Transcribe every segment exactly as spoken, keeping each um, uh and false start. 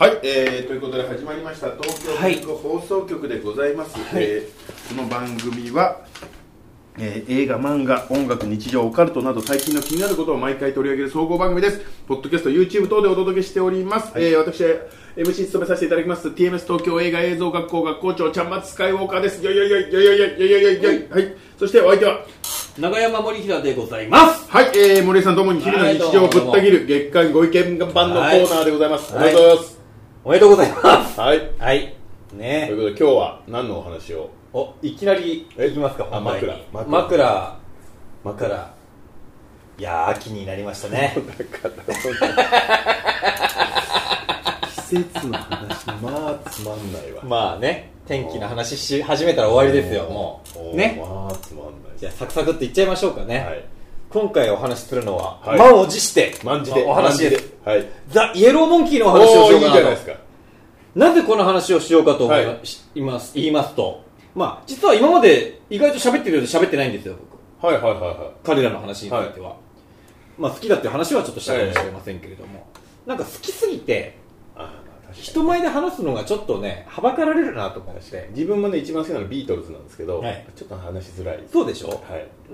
はい、えー、ということで始まりました東京文化放送局でございます、はい。えー、この番組は、えー、映画、漫画、音楽、日常、オカルトなど最近の気になることを毎回取り上げる総合番組です。ポッドキャスト、YouTube 等でお届けしております。はい、えー、私は エムシー 務めさせていただきます ティーエムエス 東京映画映像学校学校長ちゃんまつスカイウォーカーです。よいよいよいよいよいよいよいよいよいよい、はい。そしてお相手は長山森平でございます。 はい、えー、森江さんどうもに日々の日常をぶった切る月間ご意見版のコーナーでございます。はい、おめでとうございます。 おめでとうございます。 はい。 はい。ね。 ということで今日は何のお話を？ お、いきなりいきますか。 あ、枕。 枕。枕。枕。いやー、秋になりましたね。 季節の話、まあつまんないわ。 まあね、天気の話し始めたら終わりですよ、もう。ね。 まあつまんない。 じゃあサクサクっていっちゃいましょうかね。はい。今回お話しするのは、 はい、 満を持して満じてお話です。 はい、 ザ・イエローモンキーのお話をしようかなと。いいじゃないですか。なぜこの話をしようかと思います、はい、言いますと、まあ、実は今まで意外と喋ってるようで喋ってないんですよ、僕。 はいはいはいはい。 彼らの話については。はい、まあ好きだっていう話はちょっとしたかもしれませんけれども、はい、なんか好きすぎて、人前で話すのがちょっとねはばかられるなと思って。 自分もね一番好きなのはビートルズなんですけど、はい、ちょっと話しづらい。 そうでしょ、はい、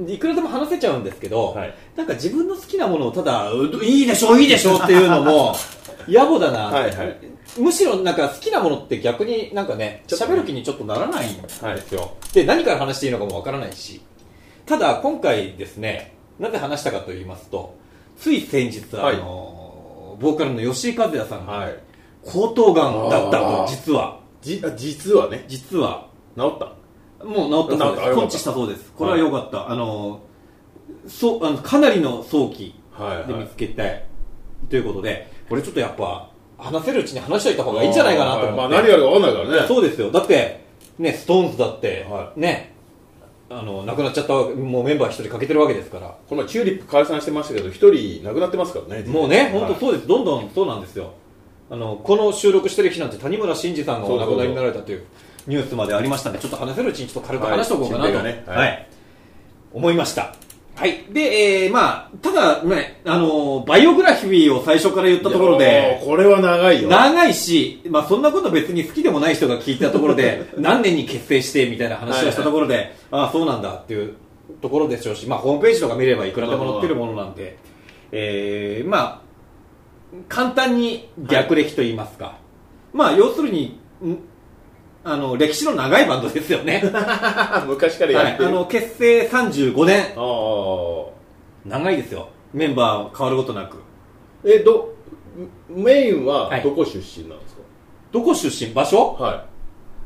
いくらでも話せちゃうんですけど、はい、なんか自分の好きなものをただいいでしょいいでしょっていうのも野暮だなはい、はい、むしろなんか好きなものって逆になんかね喋る気にちょっとならないんですよ、はい、で何から話していいのかもわからないし、ただ今回ですねなぜ話したかと言いますと、つい先日あの、はい、ボーカルの吉井和也さんが、はい、喉頭がんだったと。実はじ実はね実は治ったもう治ったそうです。根治したそうです。これは良かった、はい、あのそうあのかなりの早期で見つけて、はいはい、ということでこれちょっとやっぱ話せるうちに話しておいた方がいいんじゃないかなと思って、 はい、まあ、何やるか分かんないからね。 そうですよ。だってねストーンズだって、はい、ねあの亡くなっちゃったもうメンバー一人欠けてるわけですから。 この前チューリップ解散してましたけど一人亡くなってますからね。 もうね本当そうです、はい、どんどんそうなんですよ。あのこの収録してる日なんて谷村新司さんがお亡くなりになられたというニュースまでありましたので、ちょっと話せるうちにちょっと軽く話しておこうかなと、はいねはいはい、思いました。はい。で、えー、まあただね、あのバイオグラフィーを最初から言ったところで、 これは長いよ。 長いし、まあそんなこと別に好きでもない人が聞いたところで何年に結成してみたいな話をしたところで、はいはい、ああそうなんだっていうところでしょうし、まあホームページとか見ればいくらでも載ってるものなんで、えー、まあ簡単に略歴と言いますか、はい、まあ要するにあの歴史の長いバンドですよね。 昔からやってる、 はい、あの結成さんじゅうごねん。あ長いですよ。メンバー変わることなく。 えどメインはどこ出身なんですか？はい、 どこ出身場所？ はい、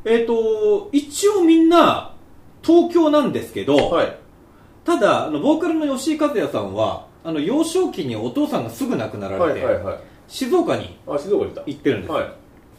えっ、ー、と一応みんな東京なんですけど、はい、ただあのボーカルの吉井和也さんはあの幼少期にお父さんがすぐ亡くなられて、はいはいはい、静岡に行ってるんです、はい、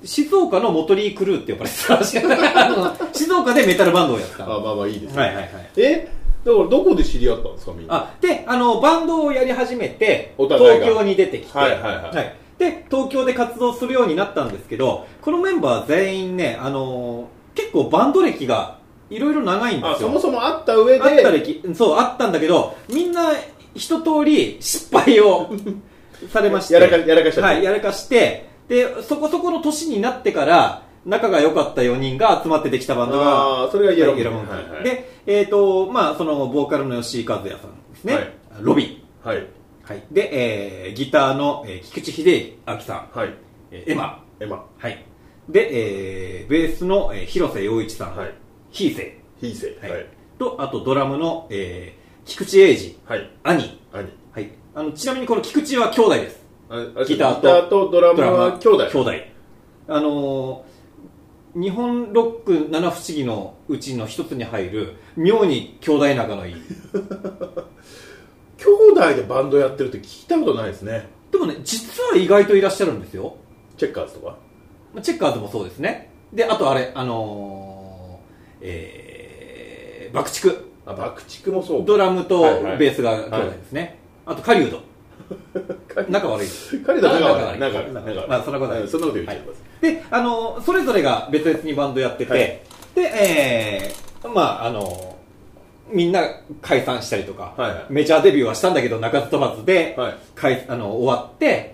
静岡のモトリークルーって呼ばれてたらしい静岡でメタルバンドをやったあまあまあいいですね、 はいはいはい、 えだからどこで知り合ったんですかみんな。 あであのバンドをやり始めて東京に出てきて、はいはいはいはい、で東京で活動するようになったんですけど、このメンバー全員ね、あのー、結構バンド歴がいろいろ長いんですよ。 あそもそもあった上であった歴そうあったんだけど、みんな一通り失敗をされましてやらか、やらかしちゃって、 はい、やらかしてでそこそこの年になってから仲が良かったよにんが集まってできたバンドがあそれがイエローモンキー、 はいはい、で、えーとまあ、そのボーカルの吉井和也さんですね、はい、ロビン、 はいはい、で、えー、ギターの、えー、菊池秀明さん、はいえー、エマ、 エマはい、で、えー、ベースの、えー、広瀬陽一さん、はい、ヒーセイヒーセイ、 はい、とあとドラムの、えー菊池英二、はい、兄、 兄はい、あのちなみにこの菊池は兄弟です。 ギター と, ギターとドラムは兄弟。 兄弟。あのー、日本ロック七不思議のうちの一つに入る妙に兄弟仲のいい。 兄弟でバンドやってるって聞いたことないですね。 でもね実は意外といらっしゃるんですよ。 チェッカーズとか。 チェッカーズもそうですね。であとあれあのー、えー、爆竹。 あ爆竹もそうドラムとベースが兄弟ですね、はいはい、あと狩人仲悪いです狩人仲悪い仲悪い仲悪いまあそんなことない、 そんなこと言っちゃいます、 はい、であのそれぞれが別々にバンドやってて、はい、でえー、まああのみんな解散したりとか、はいはい、メジャーデビューはしたんだけど鳴かず飛ばずで、はい、あの終わって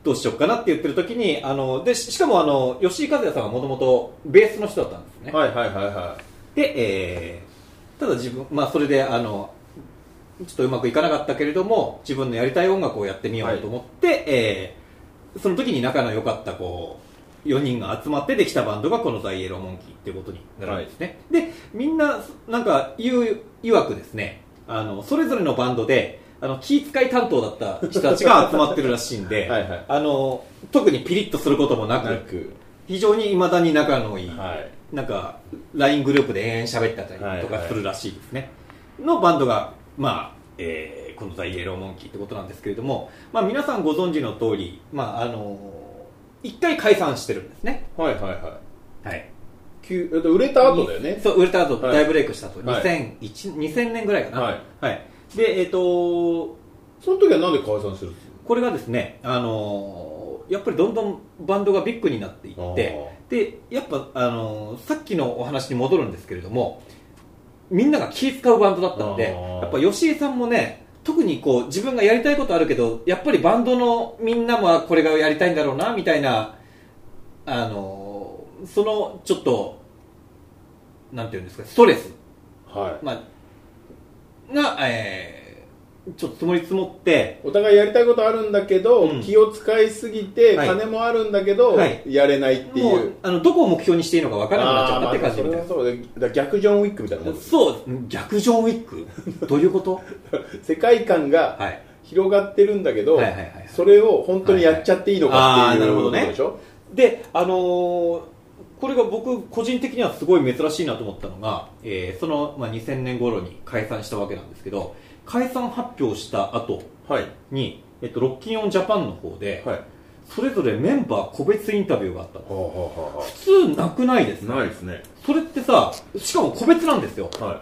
どうしようかなって言ってる時にあので し, しかもあの吉井和也さんはもともとベースの人だったんですね。 はいはいはいはい。 で、えー、ただ自分、まあ、それであのちょっとうまくいかなかったけれども自分のやりたい音楽をやってみようと思って、はい、えー、その時に仲の良かったこうよにんが集まってできたバンドがこのザ・イエローモンキーっていうことになるんですね、はい、でみんななんか言う曰くですね、あのそれぞれのバンドであの気遣い担当だった人たちが集まってるらしいんではい、はい、あの特にピリッとすることもなく、なく非常に未だに仲のいい、はい、なんか ライン グループで延々喋ってたりとかするらしいですね、はいはい、のバンドが、まあえー、このザ・イエローモンキーってことなんですけれども、まあ、皆さんご存知の通り、まああのー、いっかい解散してるんですね。 はいはいはい、 はい、 売れた後だよね。 そう売れた後、はい、大ブレイクした後、はい、にせんいち にせんねんぐらいかな、はいはい、でえっ、ー、とその時はなんで解散するんですか。 これがですね、あのーやっぱりどんどんバンドがビッグになっていって、でやっぱ、あのー、さっきのお話に戻るんですけれども、みんなが気使うバンドだったんで、やっぱ吉井さんもね、特にこう自分がやりたいことあるけどやっぱりバンドのみんなもこれがやりたいんだろうなみたいな、あのー、そのちょっとなんていうんですか、ストレス、はい、まあ、が、えーちょっと積もり積もってお互いやりたいことあるんだけど、うん、気を使いすぎて、はい、金もあるんだけど、はい、やれないっていう、もうあのどこを目標にしていいのか分からなくなっちゃったって感じみたいな。 そうでだ逆ジョン・ウィックみたいな。 そう逆ジョン・ウィックどういうこと世界観が広がってるんだけど、はいはいはいはい、それを本当にやっちゃっていいのかっていうことでしょ。 で、あのー、これが僕個人的にはすごい珍しいなと思ったのが、えー、その、まあ、にせんねん頃に解散したわけなんですけど、解散発表した後に、はい、えっと、ロッキンオンジャパンの方で、はい、それぞれメンバー個別インタビューがあったの、はあはあはあ、普通なくないですね。 ないですね。 それってさ、しかも個別なんですよ、はい、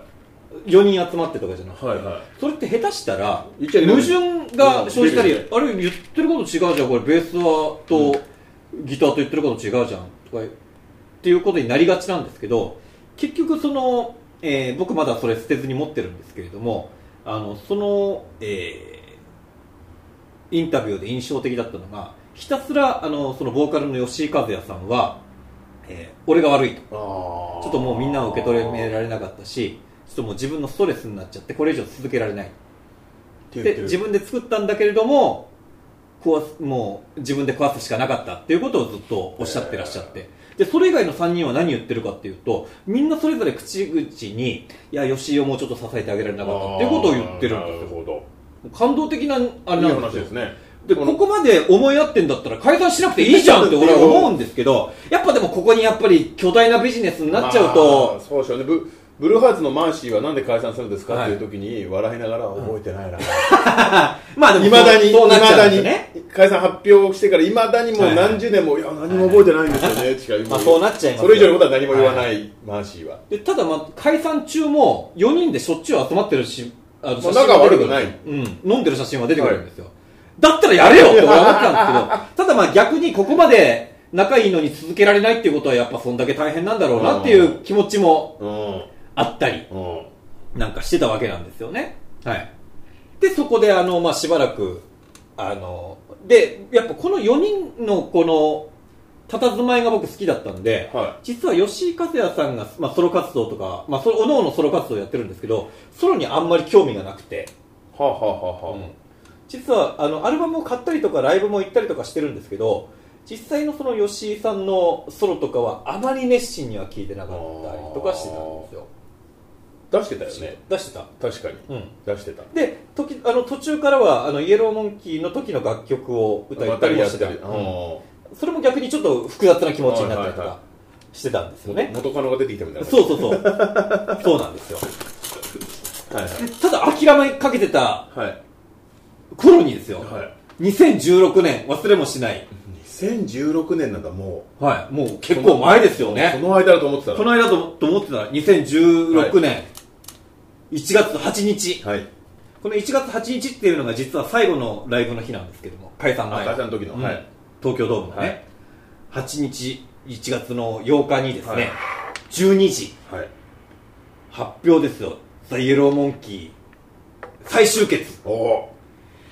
よにん集まってとかじゃなくて、はいはい、それって下手したら矛盾が生じたり、うん、あれ言ってること違うじゃん、これベースはとギターと言ってること違うじゃんとかっていうことになりがちなんですけど、結局その、えー、僕まだそれ捨てずに持ってるんですけれども、あのその、えー、インタビューで印象的だったのが、ひたすらあのそのボーカルの吉井和也さんは、えー、俺が悪いと、ちょっともうみんなを受け止められなかったし、ちょっともう自分のストレスになっちゃってこれ以上続けられないで自分で作ったんだけれども壊す、もう自分で壊すしかなかったっていうことをずっとおっしゃってらっしゃって、でそれ以外のさんにんは何言ってるかっていうと、みんなそれぞれ口々にいや吉井をもうちょっと支えてあげられなかったっていうことを言ってるんですよ。感動的なあれなんですよ。いい話ですね。でここまで思い合ってんだったら解散しなくていいじゃんって俺は思うんですけど、やっぱでもここにやっぱり巨大なビジネスになっちゃうと、 そうでしょうね。ブ, ブルーハーツのマーシーはなんで解散するんですか、はい、っていう時に笑いながら覚えてないな、まあでも未だに未だに解散発表してから未だにもう何十年も、はいはい、いや何も覚えてないんですよね、はい、しかまあそうなっちゃいます。 それ以上のことは何も言わない、はい、マーシーは。 でただ、まあ、解散中もよにんでしょっちゅう集まってるし、あの写真仲悪くない、 うん、飲んでる写真は出てくるんですよ、はい、だったらやれよって思ったんですけどただまあ逆にここまで仲いいのに続けられないっていうことはやっぱそんだけ大変なんだろうなっていう気持ちもあったりなんかしてたわけなんですよね。はい。でそこであの、まあ、しばらくあのでやっぱこのよにんのこの佇まいが僕好きだったんで、はい、実は吉井和也さんが、まあ、ソロ活動とか、まあ、おのおのソロ活動やってるんですけど、ソロにあんまり興味がなくて、はあはあはあ、うん、実はあのアルバムを買ったりとかライブも行ったりとかしてるんですけど、実際のその吉井さんのソロとかはあまり熱心には聴いてなかったりとかしてたんですよ。 出してたよね。 出してた。 確かに、うん、出してた。 で時あの途中からはあのイエローモンキーの時の楽曲を歌ったりもしてた、うん、それも逆にちょっと複雑な気持ちになったりとかしてたんですよね。 元カノが出てきたみたいな。 そうそうそうそうなんですよはい、はい、ただ諦めかけてた頃にですよ、はい、にせんじゅうろくねん忘れもしないにせんじゅうろくねんなんだ。もうはい、もう結構前ですよね。 この間だと思ってた。 この間と思ってたにせんじゅうろくねん、はい、いちがつはちにち、はい、このいちがつはちにちっていうのが実は最後のライブの日なんですけども、解散前の解散の時の、うん、はい、 東京ドームのね、はい、はちにちいちがつのようかにですね、はい、じゅうにじ、はい、発表ですよ。ザ・イエローモンキー最終決。お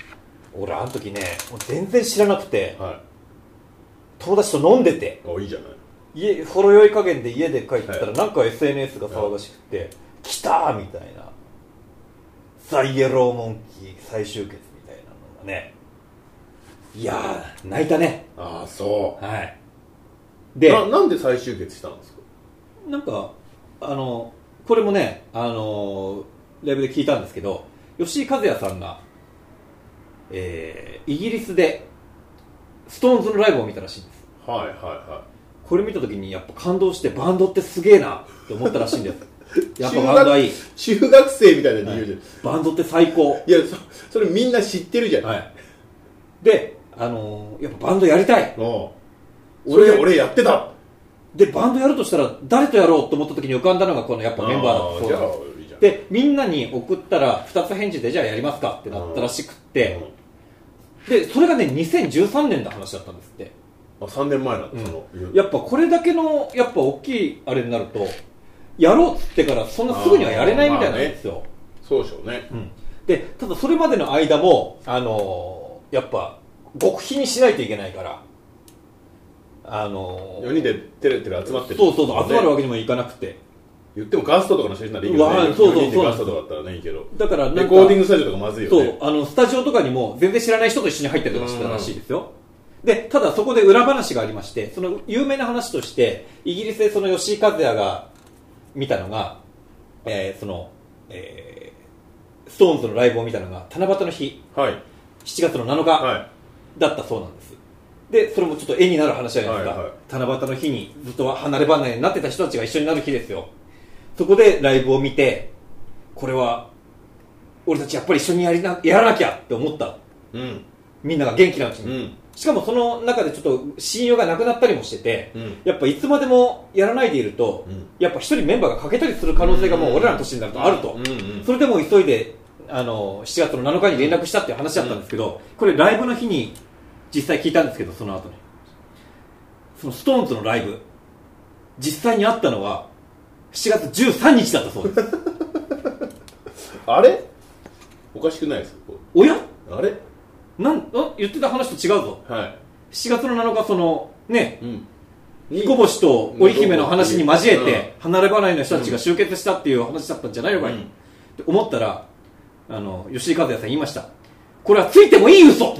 俺あの時ねもう全然知らなくて、はい、友達と飲んでてあいいじゃない家ほろ酔い加減で家で帰ったら、はい、なんか エスエヌエス が騒がしくて、はい、来たーみたいなザ・イエローモンキー再集結みたいなのがねいやー泣いたねああそうはいで な, なんで再集結したんですかなんかあのこれもねあのライブで聞いたんですけど吉井和也さんが、えー、イギリスでストーンズのライブを見たらしいんです。 はいはいはい。これ見た時にやっぱ感動してバンドってすげえなって思ったらしいんです。やっぱバンドはいい。 中学生みたいな理由で、はい、 バンドって最高。 いや そ, それみんな知ってるじゃん。はい、 で、あのー、やっぱバンドやりたい。 お俺俺やってた。 でバンドやるとしたら誰とやろうと思った時に浮かんだのがこのやっぱメンバーだったそうなんです。でみんなに送ったらふたつ返事でじゃあやりますかってなったらしくって、うん、でそれがねにせんじゅうさんねんの話だったんですって。 あさんねんまえなんだ、うん、そのやっぱこれだけのやっぱ大きいあれになるとやろうっつってからそんなすぐにはやれないみたいなんですよ、まあね、 そうでしょうね、 うん、でただそれまでの間もあのー、やっぱ極秘にしないといけないからあのー、 よにんでテレテレ集まってる、 そうそうそう集まるわけにもいかなくて言ってもガストとかの写真ならいいけどね、 そうそうそうガストとかだったらねいいけどだからなんかレコーディングスタジオとかまずいよね。 そうあのスタジオとかにも全然知らない人と一緒に入ったりとかしてたらしいですよ。でただそこで裏話がありましてその有名な話としてイギリスでその吉井和也が見たのが、えーそのえー、ストーンズのライブを見たのが七夕の日、はい、しちがつのなのかだったそうなんです。でそれもちょっと絵になる話じゃないですか、はいはい、七夕の日にずっと離れ離れになってた人たちが一緒になる日ですよ。そこでライブを見てこれは俺たちやっぱり一緒にやりなやらなきゃって思った、うん、みんなが元気なうちに、うん、しかもその中でちょっと親友がなくなったりもしてて、うん、やっぱいつまでもやらないでいると、うん、やっぱ一人メンバーが欠けたりする可能性がもう俺らの年になるとあると、うんうん、それでも急いであのしちがつのなのかに連絡したっていう話だったんですけど、これライブの日に実際聞いたんですけどその後にそのストーンズのライブ実際にあったのはしちがつじゅうさんにちだったそうです。 あれおかしくないですか。 おやあれなんあ言ってた話と違うぞ、はい、しちがつのなのかそのね、うん、彦星と織姫の話に交えて離れ離れの人たちが集結したっていう話だったんじゃないのかい、うん、って思ったらあの吉井和也さん言いました。これはついてもいい嘘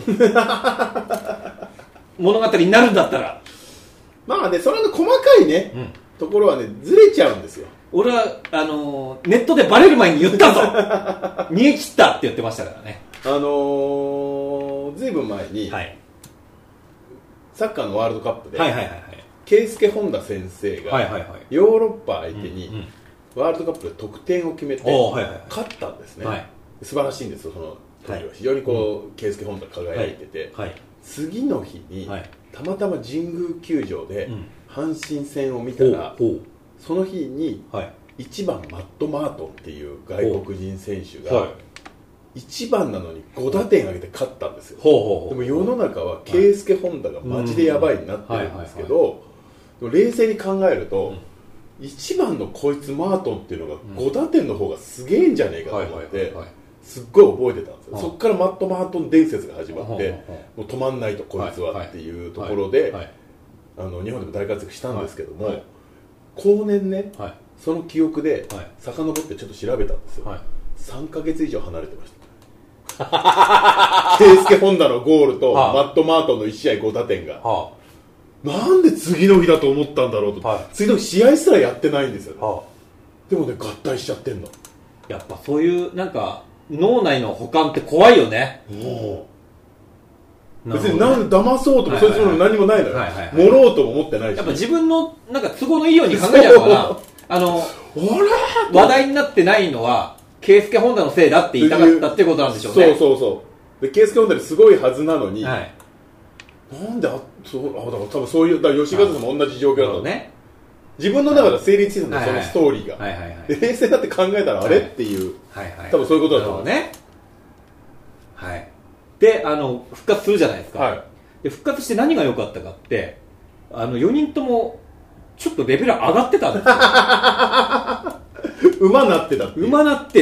物語になるんだったらまあねそれの細かいね、うんところはねずれちゃうんですよ。 俺はあのー、ネットでバレる前に言ったぞ逃げ切ったって言ってましたからね。 あのー、ずいぶん前に、はい、サッカーのワールドカップで、はいはいはいはい、圭介本田先生が、はいはいはい、ヨーロッパ相手に、うんうん、ワールドカップで得点を決めて、はいはいはい、勝ったんですね、はい、素晴らしいんですよ。その当時は非常にこう圭介本田輝いてて、はいはい、次の日に、はい、たまたま神宮球場で、うん阪神戦を見たらその日にいちばんマット・マートンっていう外国人選手がいちばんなのにごだてん上げて勝ったんですよ。でも世の中は圭介本田がマジでやばいになってるんですけど冷静に考えるといちばんのこいつマートンっていうのがごだてんの方がすげえんじゃねえかと思ってすっごい覚えてたんですよ。そこからマット・マートン伝説が始まってもう止まんないとこいつはっていうところであの日本でも大活躍したんですけども、はいはい、後年ね、はい、その記憶で遡ってちょっと調べたんですよ、はい、さんかげつ以上離れてました圭介本田のゴールと、はあ、マット・マートンのいち試合ごだてんが、はあ、なんで次の日だと思ったんだろうと、はあ、次の日試合すらやってないんですよ、ねはあ、でもね合体しちゃってんの。 やっぱそういうなんか脳内の補完って怖いよね。もう別に何騙そうともそういうつもり何もないのよ。盛ろうとも思ってないし。 やっぱ自分のなんか都合のいいように考えちゃうからあの話題になってないのは圭介本田のせいだって言いたかったっていうことなんでしょうね。 そうそうそうで圭介本田ですごいはずなのに、はい、なんであそうあだから多分そういうだから吉和さんも同じ状況だとね。自分の中では成立してたんだ、はい、そのストーリーが、はいはいはい、で冷静になって考えたらあれ、はい、っていう、はいはい、多分そういうことだと思うね。 はいであの復活するじゃないですか、はい、で復活して何が良かったかってあのよにんともちょっとレベル上がってたんですよ馬なってたって馬なってんですよね。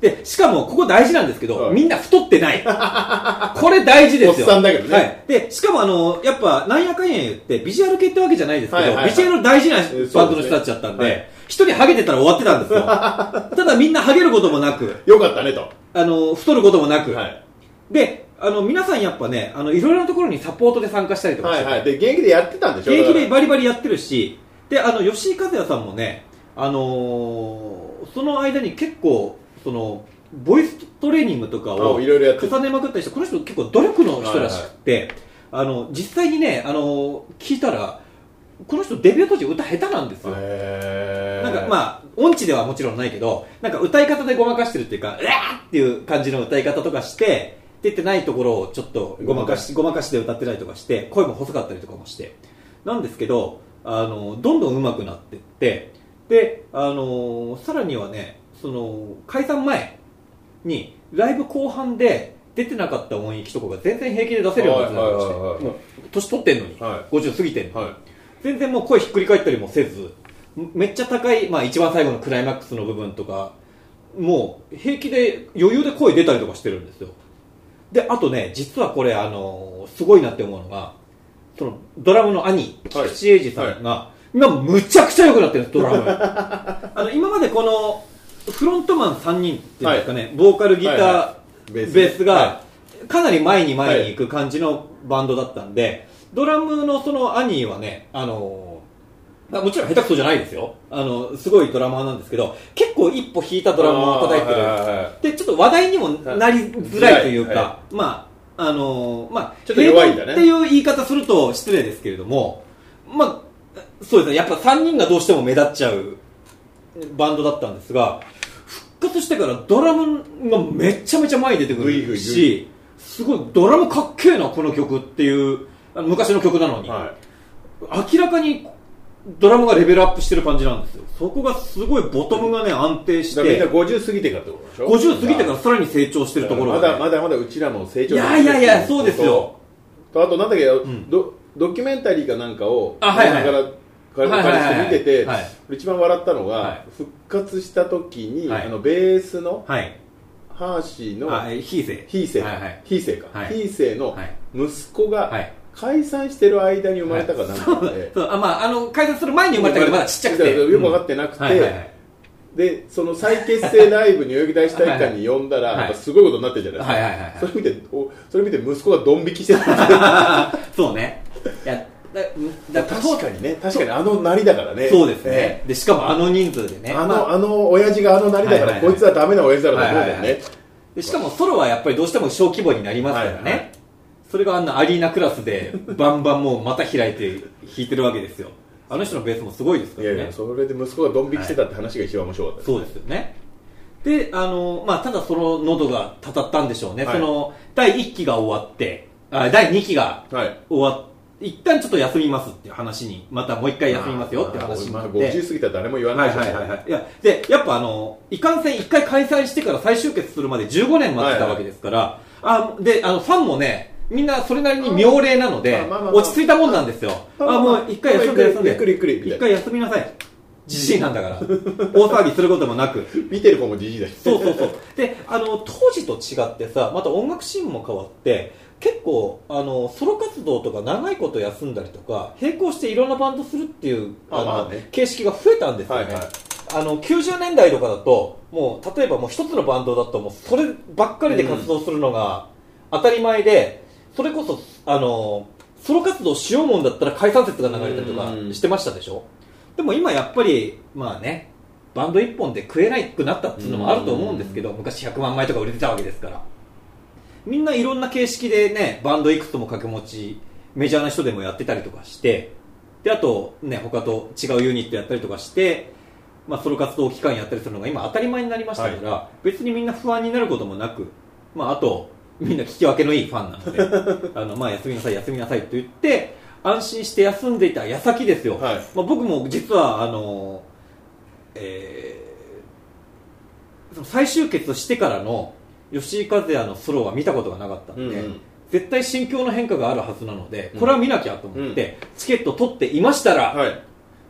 でしかもここ大事なんですけど、はい、みんな太ってないこれ大事ですよ。 おっさんだけどね、 はい、でしかもあのやっぱなんやかんや言ってビジュアル系ってわけじゃないですけど、はいはいはい、ビジュアル大事なバンドの人たちだったんで一、ねはい、人ハゲてたら終わってたんですよただみんなハゲることもなくよかったねと、 あの太ることもなく、 はい、 であの皆さんやっぱねあのいろいろなところにサポートで参加したりとかして、 はいはい、で現役でやってたんでしょ。 現役でバリバリやってるし、であの吉井和也さんもね、あのー、その間に結構そのボイストレーニングとかを重ねまくったりして、この人結構努力の人らしくて、はいはい、あの実際にね、あの聞いたらこの人デビュー当時歌下手なんですよ。なんかまあ音痴ではもちろんないけど、なんか歌い方でごまかしてるっていうか、うわーっていう感じの歌い方とかして出てないところをちょっとごまかしごまかしで歌ってたりとかして、声も細かったりとかもしてなんですけど、あのどんどん上手くなっていって、であのさらにはね、その解散前にライブ後半で出てなかった音域とかが全然平気で出せるようになってまして、もう年取ってんのに、はい、ごじゅう過ぎてんのに、はい、全然もう声ひっくり返ったりもせず、めっちゃ高い、まあ、一番最後のクライマックスの部分とかもう平気で余裕で声出たりとかしてるんですよ。であとね、実はこれあのすごいなって思うのが、そのドラムの兄、菊池英二さんが、はい、今むちゃくちゃ良くなってるんです、ドラムあの今までこのフロントマンさんにんっていうんですかね、はい、ボーカルギター、はいはい、ベース、ベースがかなり前に前に行く感じのバンドだったんで、はい、ドラムのその兄はね、あのもちろん下手くそじゃないですよ、あのすごいドラマーなんですけど、結構一歩引いたドラムを叩いてる、はいはいはい、でちょっと話題にもなりづらいというか、はい、まああのまあ、ちょっと弱いんだねっていう言い方すると失礼ですけれども、まあそうですね、やっぱさんにんがどうしても目立っちゃうバンドだったんですが、復活してからドラムがめちゃめちゃ前に出てくるし、すごいドラムかっけえなこの曲っていう昔の曲なのに、はい、明らかにドラムがレベルアップしてる感じなんですよ。そこがすごいボトムがね安定して、 みんなごじゅう過ぎてからってことでしょ。 ごじゅう過ぎてからさらに成長してるところが、ね、 まだまだまだうちらも成長してる。 いやいやいやそうですよ。 とあとなんだけど、うん、ド, ドキュメンタリーかなんかをあ、はいはい、から借りして見てて、はいはい、一番笑ったのが、はい、復活した時に、はい、あのベースの、はい、ハーシーのヒーセイヒーセイ、はいはい、ヒーセイか、はい、ヒーセイの息子が、 はい解散してる間に生まれたかなんかで、はい、 そうあ、まあ、あの解散する前に生まれたけどまだちっちゃくてよく分かってなくて、うんはいはいはい、でその再結成ライブに代々木第一体育館に呼んだらはい、はい、なんかすごいことになってるじゃないですか、はいはいはいはい、それ見てそれ見て息子がドン引きしてたそうね、いやだだ確かにね、確かにあのなりだからね。 そうですね、ねでしかもあの人数でね、 あの、まあ、あの親父があのなりだから、はいはいはい、こいつはダメな親父だろうと思うもんね、はいはいはい、 でしかもソロはやっぱりどうしても小規模になりますからね、はいはい、それがあんなアリーナクラスでバンバンもう股開いて弾いてるわけですよ。あの人のベースもすごいですからね。 いやいや、それで息子がドン引きしてたって話が一番面白かったです、 はい、そうですよね。で、あの、まあ、ただその喉がたたったんでしょうね、はい、そのだいいっきが終わってあだいにきが終わって、はい、一旦ちょっと休みますっていう話に、またもう一回休みますよっていう話になって、 ごじゅう過ぎたら誰も言わないじゃないですか。 いやでやっぱあのいかんせん一回開催してから再集結するまでじゅうごねん待ってたわけですから、はいはい、あであのファンもねみんなそれなりに妙齢なので落ち着いたもんなんですよ。あもう一回休んで休んで一回休みなさい、じじいなんだから大騒ぎすることもなく見てる方もじじいだしそうそうそうであの当時と違ってさ、また音楽シーンも変わって結構あのソロ活動とか長いこと休んだりとか並行していろんなバンドするっていうあの、まあね、形式が増えたんですよね、はいはい、あのきゅうじゅうねんだいとかだともう例えばもう一つのバンドだともうそればっかりで活動するのが当たり前で、うん、それこそあのソロ活動しようもんだったら解散説が流れたりとかしてましたでしょ、うん、でも今やっぱりまあねバンド一本で食えなくなったっていうのもあると思うんですけど、うん、昔ひゃくまんまいとか売れてたわけですから、みんないろんな形式でねバンドいくつも掛け持ちメジャーな人でもやってたりとかして、であとね他と違うユニットやったりとかして、まあ、ソロ活動期間やったりするのが今当たり前になりましたから、はい、別にみんな不安になることもなく、まあ、あとみんな聞き分けのいいファンなのであの、まあ、休みなさい休みなさいと言って安心して休んでいた矢先ですよ、はい、まあ、僕も実はあの、えー、その再集結してからの吉井和也のソロは見たことがなかったので、うんうん、絶対心境の変化があるはずなので、これは見なきゃと思って、うん、チケット取っていましたら、はい、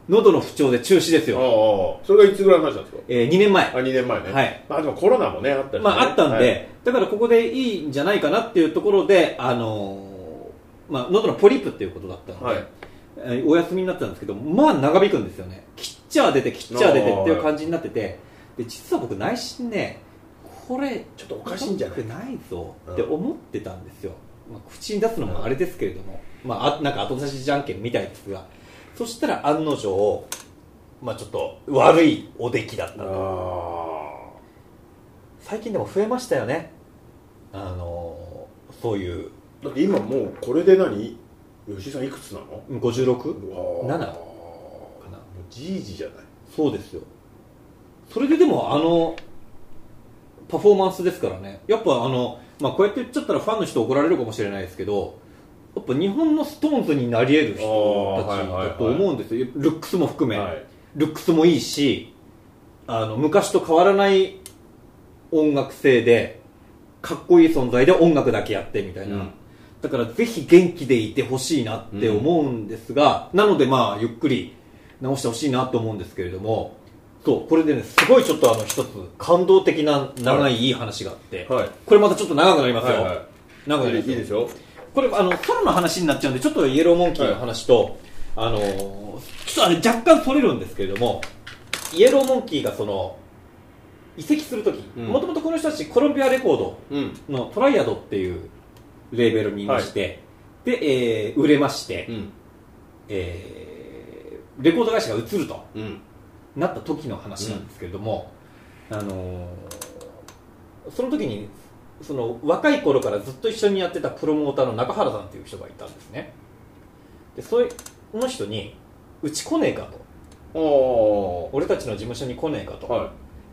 喉の不調で中止ですよ。 ああ、それがいつぐらいの話なんですか？ えー、にねんまえ。 あ、にねんまえね。 はい。 まあでもコロナもね、あったしね。 まああったんで、 はい、 だからここでいいんじゃないかなっていうところで、あのー、まあ喉のポリープっていうことだったので、はいえー、お休みになってたんですけど、まあ長引くんですよね。切っちゃ出て切っちゃ出てっていう感じになってて、で実は僕内心ね、これちょっとおかしいんじゃないないぞって思ってたんですよ。まあ、口に出すのもあれですけれども、まあ、あなんか後出しじゃんけんみたいですが、そしたら案の定、まあ、ちょっと悪いお出来だったの。最近でも増えましたよね、あのそういう。 だって今もうこれで何、吉井さんいくつなの？ ごじゅうろく？ななかな。 じいじじゃない。そうですよ。 それででもあのパフォーマンスですからね。やっぱあの、まあ、こうやって言っちゃったらファンの人怒られるかもしれないですけど、やっぱ日本のストーンズになり得る人たちだと思うんですよ、はいはいはい、ルックスも含め、はい、ルックスもいいし、あの昔と変わらない音楽性でかっこいい存在で音楽だけやってみたいな、うん、だからぜひ元気でいてほしいなって思うんですが、うん、なのでまあゆっくり直してほしいなと思うんですけれども、そうこれでね、すごいちょっとあの一つ感動的な長いいい話があって、はい、これまたちょっと長くなりますよ、はいはい、長くなりますよ。 いいですよ。 これあのソロの話になっちゃうんで、ちょっとイエローモンキーの話と、はい、あのちょっとあれ若干それるんですけれども、イエローモンキーがその移籍するとき、もともとこの人たちコロンビアレコードのトライアドっていうレーベルにいまして、はい、で、えー、売れまして、うん、えー、レコード会社が移ると、うん、なった時の話なんですけれども、うん、あのー、その時にその若い頃からずっと一緒にやってたプロモーターの中原さんという人がいたんですね。でその人にうち来ねえかと、俺たちの事務所に来ねえかと、はい、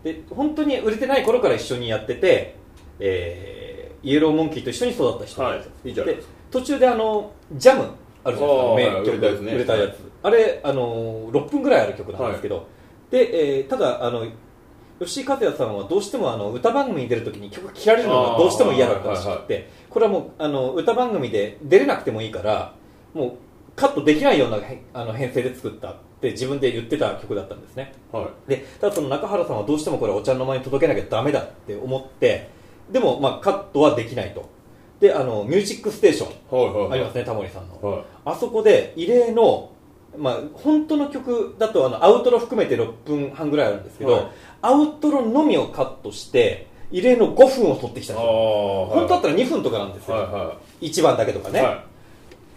で本当に売れてない頃から一緒にやってて、えー、イエローモンキーと一緒に育った人なんです、はい、いいじゃないですか。で途中であのジャムあるじゃないですか、名曲、売れたやつね、売れたやつ、あれあのろっぷんぐらいある曲なんですけど、はい、で、えー、ただあの吉井和也さんはどうしてもあの歌番組に出るときに曲切られるのがどうしても嫌だったらしくて、はいはい、これはもうあの歌番組で出れなくてもいいからもうカットできないようなあの編成で作ったって自分で言ってた曲だったんですね、はい、でただその中原さんはどうしてもこれお茶の間に届けなきゃダメだって思って、でもまあカットはできないと。であのミュージックステーション、はいはいはい、ありますね、タモリさんの、はい、あそこで異例の、まあ、本当の曲だとあのアウトロ含めてろっぷんはんぐらいあるんですけど、はい、アウトロのみをカットして異例のごふんを取ってきたんですよ。本当だったらにふんとかなんですよ、はいはい、いちばんだけとかね、はい、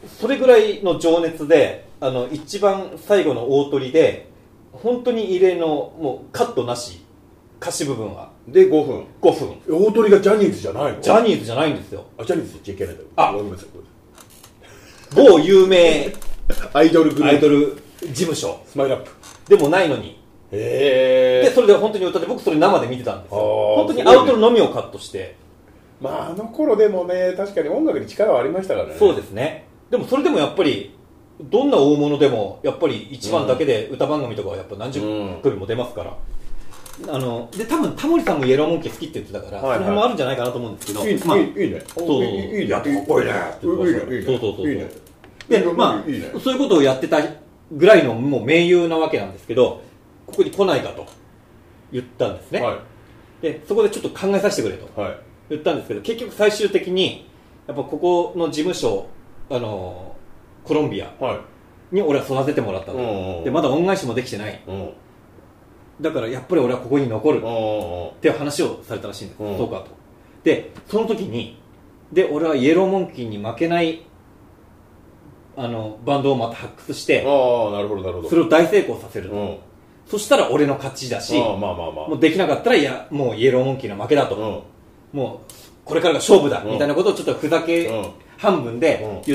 それぐらいの情熱であの一番最後の大取りで本当に異例のもうカットなし歌詞部分はでごふんごふん。 大鳥がジャニーズじゃないの？ ジャニーズじゃないんですよ。 あ、ジャニーズ言っちゃいけないんだよ。 あ、ごめんなさい。某有名アイドルグループ、 アイドル事務所スマイルアップでもないのに、 へー、 でそれで本当に歌って、僕それ生で見てたんですよ。本当にアウトロのみをカットして、 まああの頃でもね、確かに音楽に力はありましたからね。 そうですね。でもそれでもやっぱりどんな大物でもやっぱりいちばんだけで歌番組とかはやっぱ何十組も出ますから、うん、あので多分タモリさんもイエローモンキー好きって言ってたから、はいはい、その辺もあるんじゃないかなと思うんですけど、 いい、 まあ、 いいね、そういい、いいね、 やってかっこいいねって言ってましたよ。そうそうそうそう、いいね。 でまあいいね、そういうことをやってたぐらいのもう盟友なわけなんですけど、ここに来ないかと言ったんですね、はい、でそこでちょっと考えさせてくれと言ったんですけど、結局最終的にやっぱここの事務所、あのコロンビアに俺は育ててもらったと、はい、でまだ恩返しもできてない、うん、だからやっぱり俺はここに残るっていう話をされたらしいんです、うん、そうかと。でその時にで俺はイエローモンキーに負けないあのバンドをまた発掘して、 あ、なるほどなるほど、 それを大成功させると、うん、そしたら俺の勝ちだし、 あ、まあまあまあ、 もうできなかったらいやもうイエローモンキーの負けだと、うん、もうこれからが勝負だ、うん、みたいなことをちょっとふざけ、うん、半分で言って、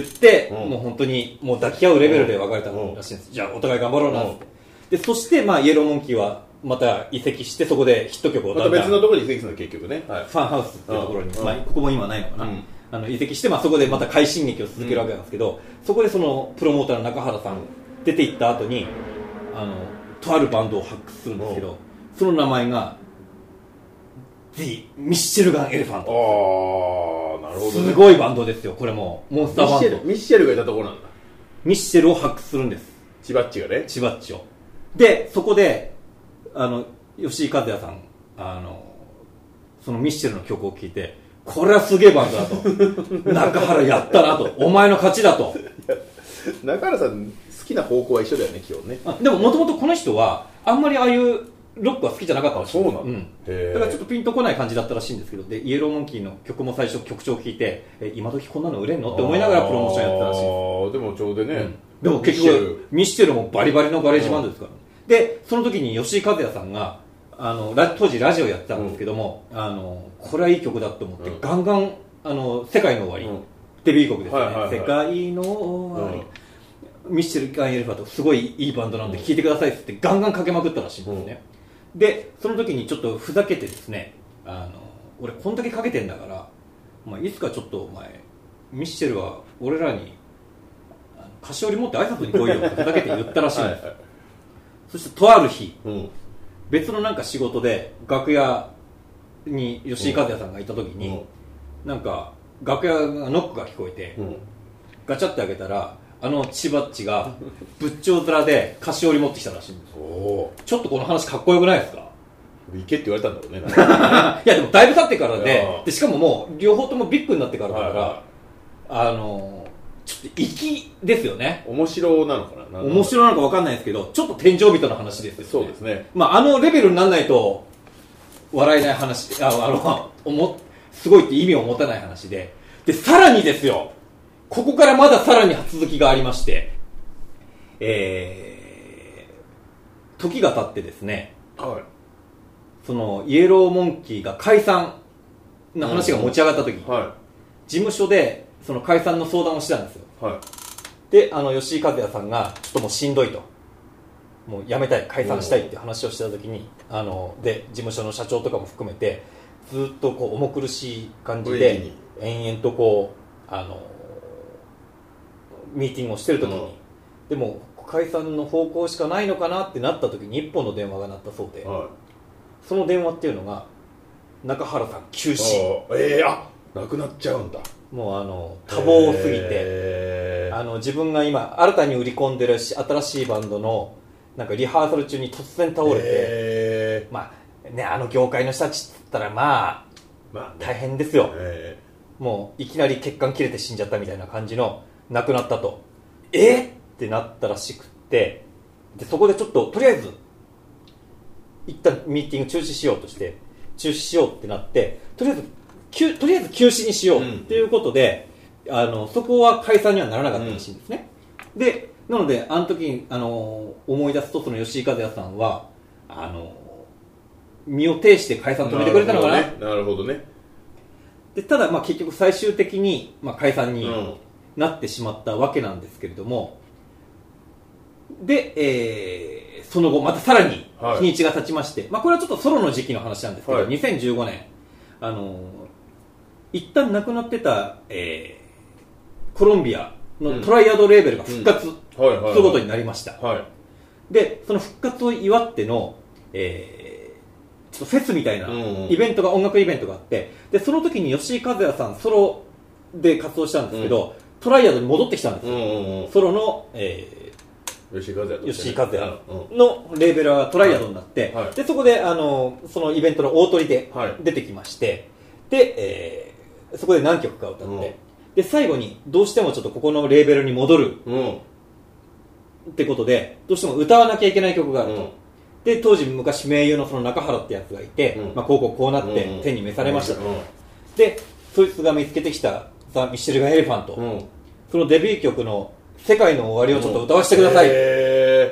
うん、もう本当にもう抱き合うレベルで別れたらしいんです、うん、じゃあお互い頑張ろうなって、うん、でそして、まあ、イエローモンキーはまた移籍して、そこでヒット曲をまた別のところに移籍するの結局ね、 はい、ファンハウスっていうところに、うん、まあ、ここも今ないのかな、うん、あの移籍して、まあ、そこでまた快進撃を続けるわけなんですけど、うん、そこでそのプロモーターの中原さん出て行った後にあのとあるバンドを発掘するんですけど、うん、その名前が The ミッシェルガン・エレファント。 ああ、なるほど、ね、 すごいバンドですよ。これもモンスターバンド。 ミッシェル、ミッシェルがいたところなんだ。 ミッシェルを発掘するんです。 千葉っちがね。 千葉っちを。で、そこで、あの、吉井和也さん、あの、そのミッシェルの曲を聴いて、これはすげえバンドだと。中原やったなと。お前の勝ちだと。 中原さん、好きな方向は一緒だよね、基本ね。 でも、もともとこの人は、あんまりああいうロックは好きじゃなかったらしい。 そうなの、 うん、だからちょっとピンとこない感じだったらしいんですけど、で、イエローモンキーの曲も最初曲調を聴いて、え、今時こんなの売れんのって思いながらプロモーションやってたらしいです。 ああ、でもちょうどね。うん、 でも結局、ミッシェルもバリバリのガレージバンドですから、ね。うん、で、その時に吉井和也さんが、あの、当時ラジオやってたんですけども、うん、あの、これはいい曲だと思って、うん、ガンガン、あの、世界の終わり、うん、デビュー曲ですね。はいはいはい、世界の終わり。うん、ミッシェル・ガン・エルファート、すごいいいバンドなんで聴いてくださいってってガンガンかけまくったらしいんですね。うん、で、その時にちょっとふざけてですね、あの、俺こんだけかけてんだから、まあ、いつかちょっとお前、ミッシェルは俺らに菓子折り持って挨拶に来いよってふざけて言ったらしいんです。はいはい、そしてとある日、うん、別のなんか仕事で楽屋に吉井和也さんがいた時に、うん、なんか楽屋がノックが聞こえて、うん、ガチャって開けたらあの千葉っちが仏頂面で菓子折り持ってきたらしいんです。おちょっとこの話かっこよくないですか？ 行けって言われたんだろうね。 いやでもだいぶ経ってからで、でしかももう両方ともビッグになってからだから、はいはい、あのちょっと粋ですよね。 面白なのかな。 面白なのか分かんないですけど、ちょっと天井人の話ですよね。 そうですね。 まああのレベルにならないと笑えない話、ああのおもすごいって意味を持たない話で、でさらにですよ。ここからまださらに続きがありまして、えー、時が経ってですね、はい、そのイエローモンキーが解散の話が持ち上がった時、うんはい、事務所でその解散の相談をしたんですよ。はい、で、あの吉井和也さんがちょっともうしんどいと、もうやめたい、解散したいっていう話をしてた時に、あので事務所の社長とかも含めてずっとこう重苦しい感じで延々とこうあのミーティングをしてる時に、うん、でも解散の方向しかないのかなってなった時に一本の電話が鳴ったそうで、はい、その電話っていうのが中原さん急死。 えー、あ、なくなっちゃうんだ。 もうあの多忙すぎて、えー、あの自分が今新たに売り込んでるし新しいバンドのなんかリハーサル中に突然倒れて、えー、まあね、あの業界の人たちって言ったらまあ、まあね、大変ですよ、えー、もういきなり血管切れて死んじゃったみたいな感じの亡くなったと。えー、ってなったらしくって、でそこでちょっととりあえず一旦ミーティング中止しようとして中止しようってなって、とりあえずとりあえず休止にしようっていうことで、うん、あのそこは解散にはならなかったらしいんですね。うん、でなのであの時にあの思い出すと、その吉井和也さんはあの身を挺して解散止めてくれたのかな。 なるほどね。 でただまあ結局最終的にまあ解散に、うんなってしまったわけなんですけれども、で、えー、その後またさらに日にちが経ちまして、はい、まあ、これはちょっとソロの時期の話なんですけど、はい、にせんじゅうごねんあの一旦なくなってた、えー、コロンビアのトライアドレーベルが復活することになりました。でその復活を祝っての、えー、ちょっとフェスみたいなイベントが、うんうん、音楽イベントがあって、でその時に吉井和也さんソロで活動したんですけど、うん、トライアドに戻ってきたんですよ、うんうんうん、ソロの、えー、吉井和也、ね、 吉井和也のレーベルがトライアドになって、はいはい、でそこであのそのイベントの大トリで出てきまして、はい、で、えー、そこで何曲か歌って、うん、で最後にどうしてもちょっとここのレーベルに戻る、うん、ってことでどうしても歌わなきゃいけない曲があると、うん、で当時昔盟友のその中原ってやつがいて、うん、まあ、こうこうこうなって天に召されましたと、うんうん、でそいつが見つけてきたザ・ミッシェルガン・エレファント、うん、そのデビュー曲の世界の終わりをちょっと歌わせてください、うん、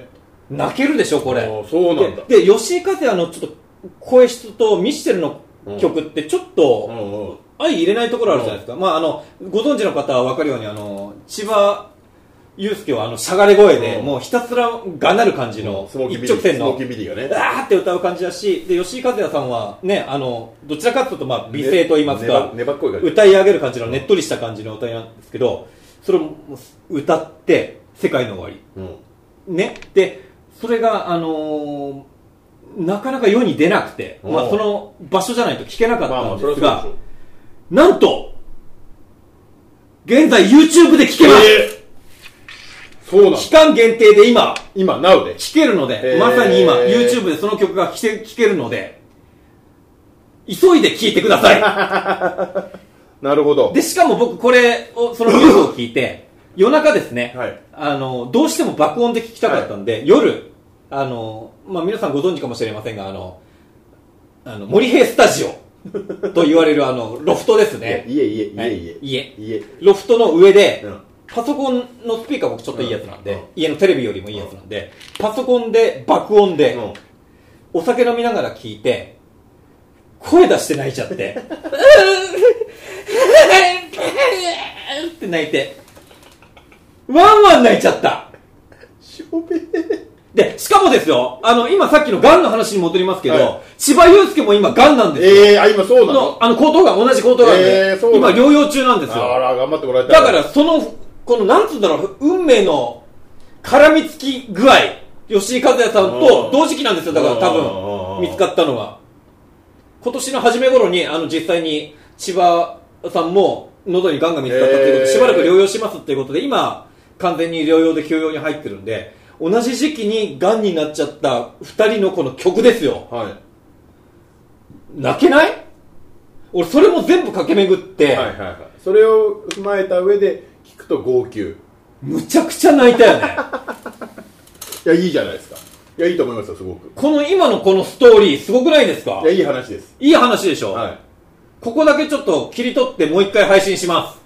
泣けるでしょこれ。 そうなんだ。 で、で吉井和也のちょっと声質とミッシェルの曲ってちょっと相入れないところあるじゃないですか、うん、まあ、あのご存知の方は分かるようにあの千葉祐介はあのしゃがれ声で、うん、もうひたすらがなる感じの、うん、一直線のスモーキービリーがねあーって歌う感じだし、で吉井和也さんはね、あのどちらかというとまあ美声と言いますか、ね、ねばっこい歌い上げる感じのねっとりした感じの歌いなんですけど、それを歌って世界の終わり、うん、ね、でそれがあのー、なかなか世に出なくて、まあ、その場所じゃないと聞けなかったんですが、まあまあなんと現在 YouTube で聞けます、えーそうなの。 期間限定で今、 今、ナウで聴けるので、まさに今、YouTube でその曲が聴けるので、急いで聴いてください。 なるほど。 で、しかも僕、これを、そのニュースを聞いて、夜中ですね、はい、あの、どうしても爆音で聴きたかったんで、はい、夜、あの、まあ、皆さんご存知かもしれませんが、あの、あの森平スタジオと言われるあのロフトですね。 家家家家家家ロフトの上で、うん、パソコンのスピーカーもちょっといいやつなんで、うん、家のテレビよりもいいやつなんで、うん、パソコンで爆音で、うん、お酒飲みながら聞いて声出して泣いちゃってって泣いてワンワン泣いちゃった。 しょべー。 で、しかもですよ、あの、今さっきのガンの話に戻りますけど、はい、千葉祐介も今ガンなんですよ。 えー、あ、今そうなの？ あの、高等がん、同じ高等がんで、えー、今療養中なんですよ。 あら、頑張ってもらいたい。 だから、その、この、なんつうんだろう、運命の絡みつき具合、吉井和也さんと同時期なんですよ、だから多分、見つかったのが。今年の初め頃に、あの、実際に千葉さんも喉にガンが見つかったということで、えー、しばらく療養しますっていうことで、今、完全に療養で休養に入ってるんで、同じ時期にガンになっちゃったふたりのこの曲ですよ、はい、泣けない？俺それも全部駆け巡って、はいはいはい、 それを踏まえた上で聞くと号泣。 むちゃくちゃ泣いたよね。 いや、いいじゃないですか。いや、いいと思いますよ、すごく。 この今のこのストーリーすごくないですか？ いや、いい話です。 いい話でしょ、 はい、 ここだけちょっと切り取ってもう一回配信します。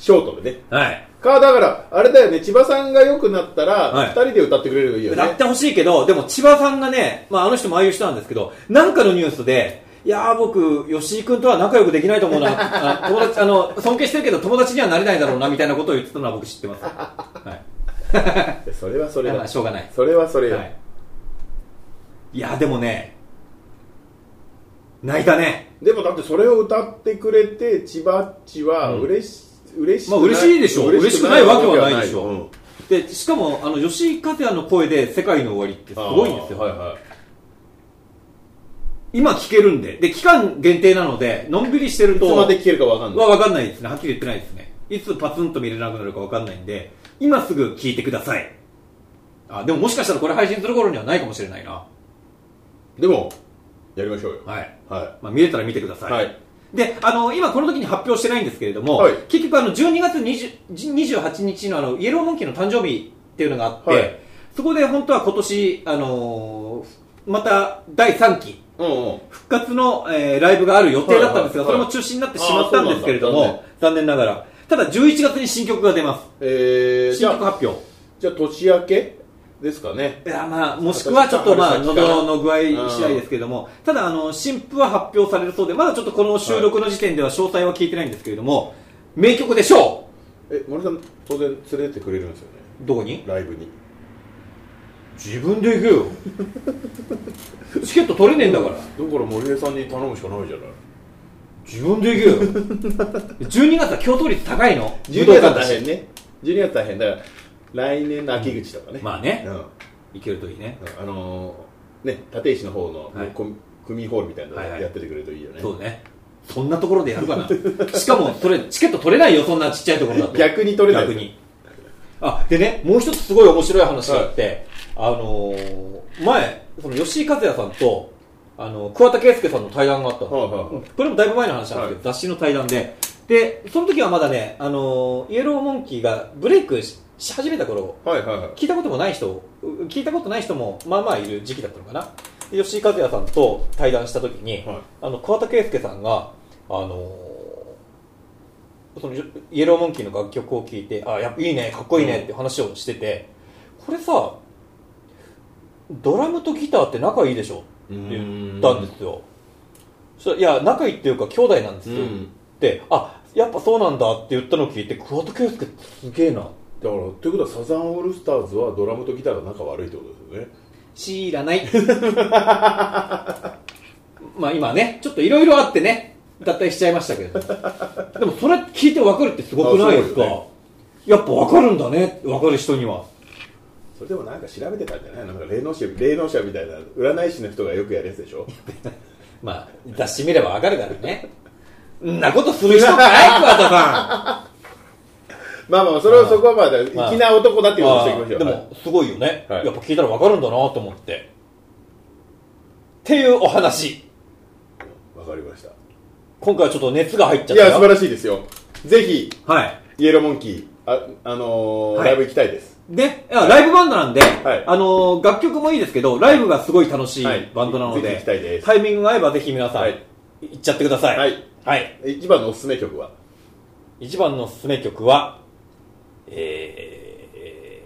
ショートでね。 はい。 か、だから、あれだよね、千葉さんが良くなったら、はい、ふたりで歌ってくれるといいよね。 歌ってほしいけど、でも千葉さんがね、まあ、あの人もああいう人なんですけど、なんかのニュースで、いやー僕、吉井君とは仲良くできないと思うな、あ友達あの尊敬してるけど友達にはなれないだろうなみたいなことを言ってたのは僕知ってます。はい、 それはそれだ。 しょうがない。 それはそれだ。はい、 いやでもね、泣いたね。 でもだってそれを歌ってくれて、千葉っちは嬉しい。うん嬉しい、 まあ、嬉しいでしょ。嬉しくないわけはないでしょ、うん、でしかもあの吉井和也の声で世界の終わりってすごいんですよ、はいはい、今聴けるんで、で期間限定なのでのんびりしてるといつまで聴けるか分かんない、 分かんないですね。はっきり言ってないですね。いつパツンと見れなくなるか分かんないんで今すぐ聴いてください。あ、でももしかしたらこれ配信する頃にはないかもしれないな。でもやりましょうよ。 はい、はい、まあ、見れたら見てください。はい、で、あの今この時に発表してないんですけれども、はい、結局あのじゅうにがつにじゅうはちにちのあのイエローモンキーの誕生日っていうのがあって、はい、そこで本当は今年、あのー、まただいさんき、うんうん、復活の、えー、ライブがある予定だったんですが、はいはいはい、それも中止になってしまったんですけれども、残念ながら。ただじゅういちがつに新曲が出ます。 えー、 新曲発表。 じゃあ年明けですかね。 いや、まあ、もしくはちょっとまあ喉の具合次第ですけれども、ただあの新譜は発表されるそうで、まだちょっとこの収録の時点では詳細は聞いてないんですけれども、名曲でしょう。え、森さん当然連れてってくれるんですよね。 どこに？ ライブに。 自分で行くよ。チケット取れねえんだから。だから森江さんに頼むしかないじゃない。 自分で行くよ。じゅうにがつは競争率高いの。 じゅうにがつは大変ね。じゅうにがつ大変だから。来年の秋口とかね、 うん、まあね、うん、行けるといいね、 あのー、ね、立石の方の、はい、組ホールみたいなのやっててくれるといいよね、 はいはい、そうね。そんなところでやるかな。しかもそれチケット取れないよ、そんなちっちゃいところだと。 逆に取れない。 逆に。あ、でね、もう一つすごい面白い話があって、はい、あのー、前その吉井和也さんとあの桑田佳祐さんの対談があったの、はいはいはい、これもだいぶ前の話なんですけど、はい、雑誌の対談で、でその時はまだね、あのー、イエローモンキーがブレイクしし始めた頃、はいはいはい、聞いたこともない人聞いたことない人もまあまあいる時期だったのかな。吉井和也さんと対談した時に、はい、あの桑田佳祐さんが、あのー、そのイエローモンキーの楽曲を聴いて、あ、やっぱいいね、かっこいいねって話をしてて、これさドラムとギターって仲いいでしょって言ったんですよ。そしたら、いや仲いいっていうか兄弟なんですよって、あ、やっぱそうなんだって言ったのを聞いて、桑田佳祐すげえな。 だからということはサザンオールスターズはドラムとギターが仲悪いってことですよね。 知らないまあ今ねちょっといろいろあってね脱退しちゃいましたけどでもそれ聞いて分かるってすごくないですか、ね、やっぱ分かるんだね、分かる人には。 それでもなんか調べてたんじゃないの。なんか霊能者霊能者みたいな占い師の人がよくやるやつでしょまあ雑誌見れば分かるからね。んなことする人かい、桑田さん。 まあまあそれはそこはまだ粋な男だっていうことをしていきましょう。 でもすごいよね、 はい、 やっぱ聞いたら分かるんだなと思ってっていうお話。 わかりました。 今回はちょっと熱が入っちゃったよ。 いや素晴らしいですよ。ぜひ、 はい、 イエローモンキー あ、あのーはい、ライブ行きたいです。 で、ライブバンドなんで、はい、あのー、楽曲もいいですけどライブがすごい楽しいバンドなので、はい、 ぜひ行きたいです。 タイミングが合えばぜひ皆さん、はい、行っちゃってください。 はい、はい、一番のおすすめ曲は一番のおすすめ曲はえ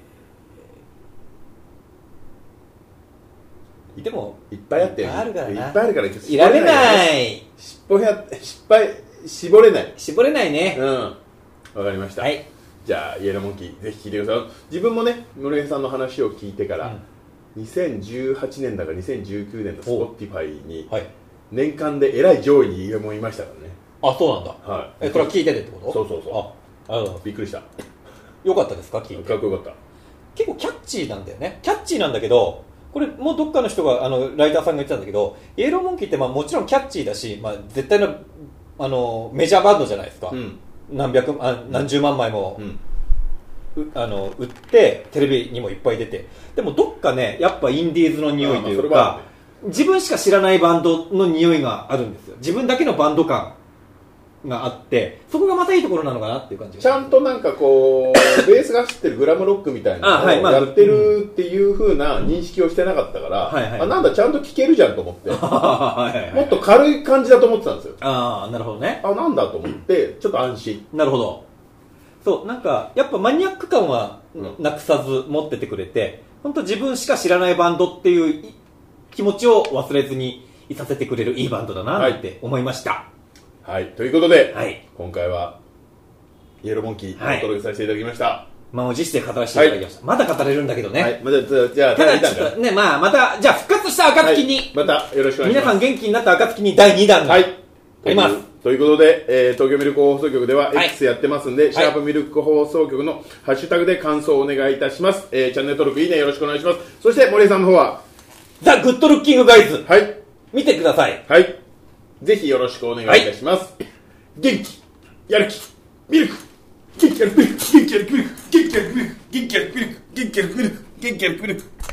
ー、でもいっぱいあっていっぱいあるからないっぱいあるからいられない失敗絞れない絞れないね。 うん、わかりました。はい、じゃあイエローモンキーぜひ聴いてください。自分もね森江さんの話を聞いてから、うん、にせんじゅうはちねんだかにせんじゅうきゅうねんの Spotify に年間でえらい上位にイエローモンいましたからね。 あ、そうなんだ。はい、え、それは聞いててってこと？ そうそうそう。 あ、あのびっくりした。 よかったですか？聞いて。 かっこよかった。 結構キャッチーなんだよね。キャッチーなんだけど、これもうどっかの人があのライターさんが言ってたんだけど、イエローモンキーってまあもちろんキャッチーだし、まあ絶対のあのメジャーバンドじゃないですか。うん、何百あ何十万枚も、うん、あの売ってテレビにもいっぱい出て、でもどっかねやっぱインディーズの匂いというか、自分しか知らないバンドの匂いがあるんですよ。自分だけのバンド感があって、そこがまたいいところなのかなっていう感じ。 ちゃんとなんかこうベースが走ってるグラムロックみたいなのをやってるっていう風な認識をしてなかったから、はいはい、あ、なんだちゃんと聴けるじゃんと思ってはいはい、はい、もっと軽い感じだと思ってたんですよ。 ああ、なるほどね。 あ、なんだと思ってちょっと安心。 なるほど。そう、なんかやっぱマニアック感はなくさず持っててくれて、本当自分しか知らないバンドっていう気持ちを忘れずにいさせてくれるいいバンドだなって思いました。はいはい、ということで、はい、今回はイエローモンキーお届けさせていただきました。はい、 満を持して語らせていただきました。はい、まだ語れるんだけどね。はい、 まだじゃあただちょっとね、まあまたじゃあ復活した暁に、はい、 またよろしくお願いします。 皆さん元気になった暁にだいにだんがあります。 ということで、えー、東京ミルク放送局では X やってますんで、はい、シャープミルク放送局のハッシュタグで感想をお願いいたします。えー、チャンネル登録いいねよろしくお願いします。そして森江さんの方はザ・グッドルッキングガイズ、 はい、 見てください。 はい、ぜひよろしくお願いいたします。はい、元気やる気ミルク元気やるミルク元気やるミルク元気やるミルク元気やるミルク元気やるミルク元気やるミルク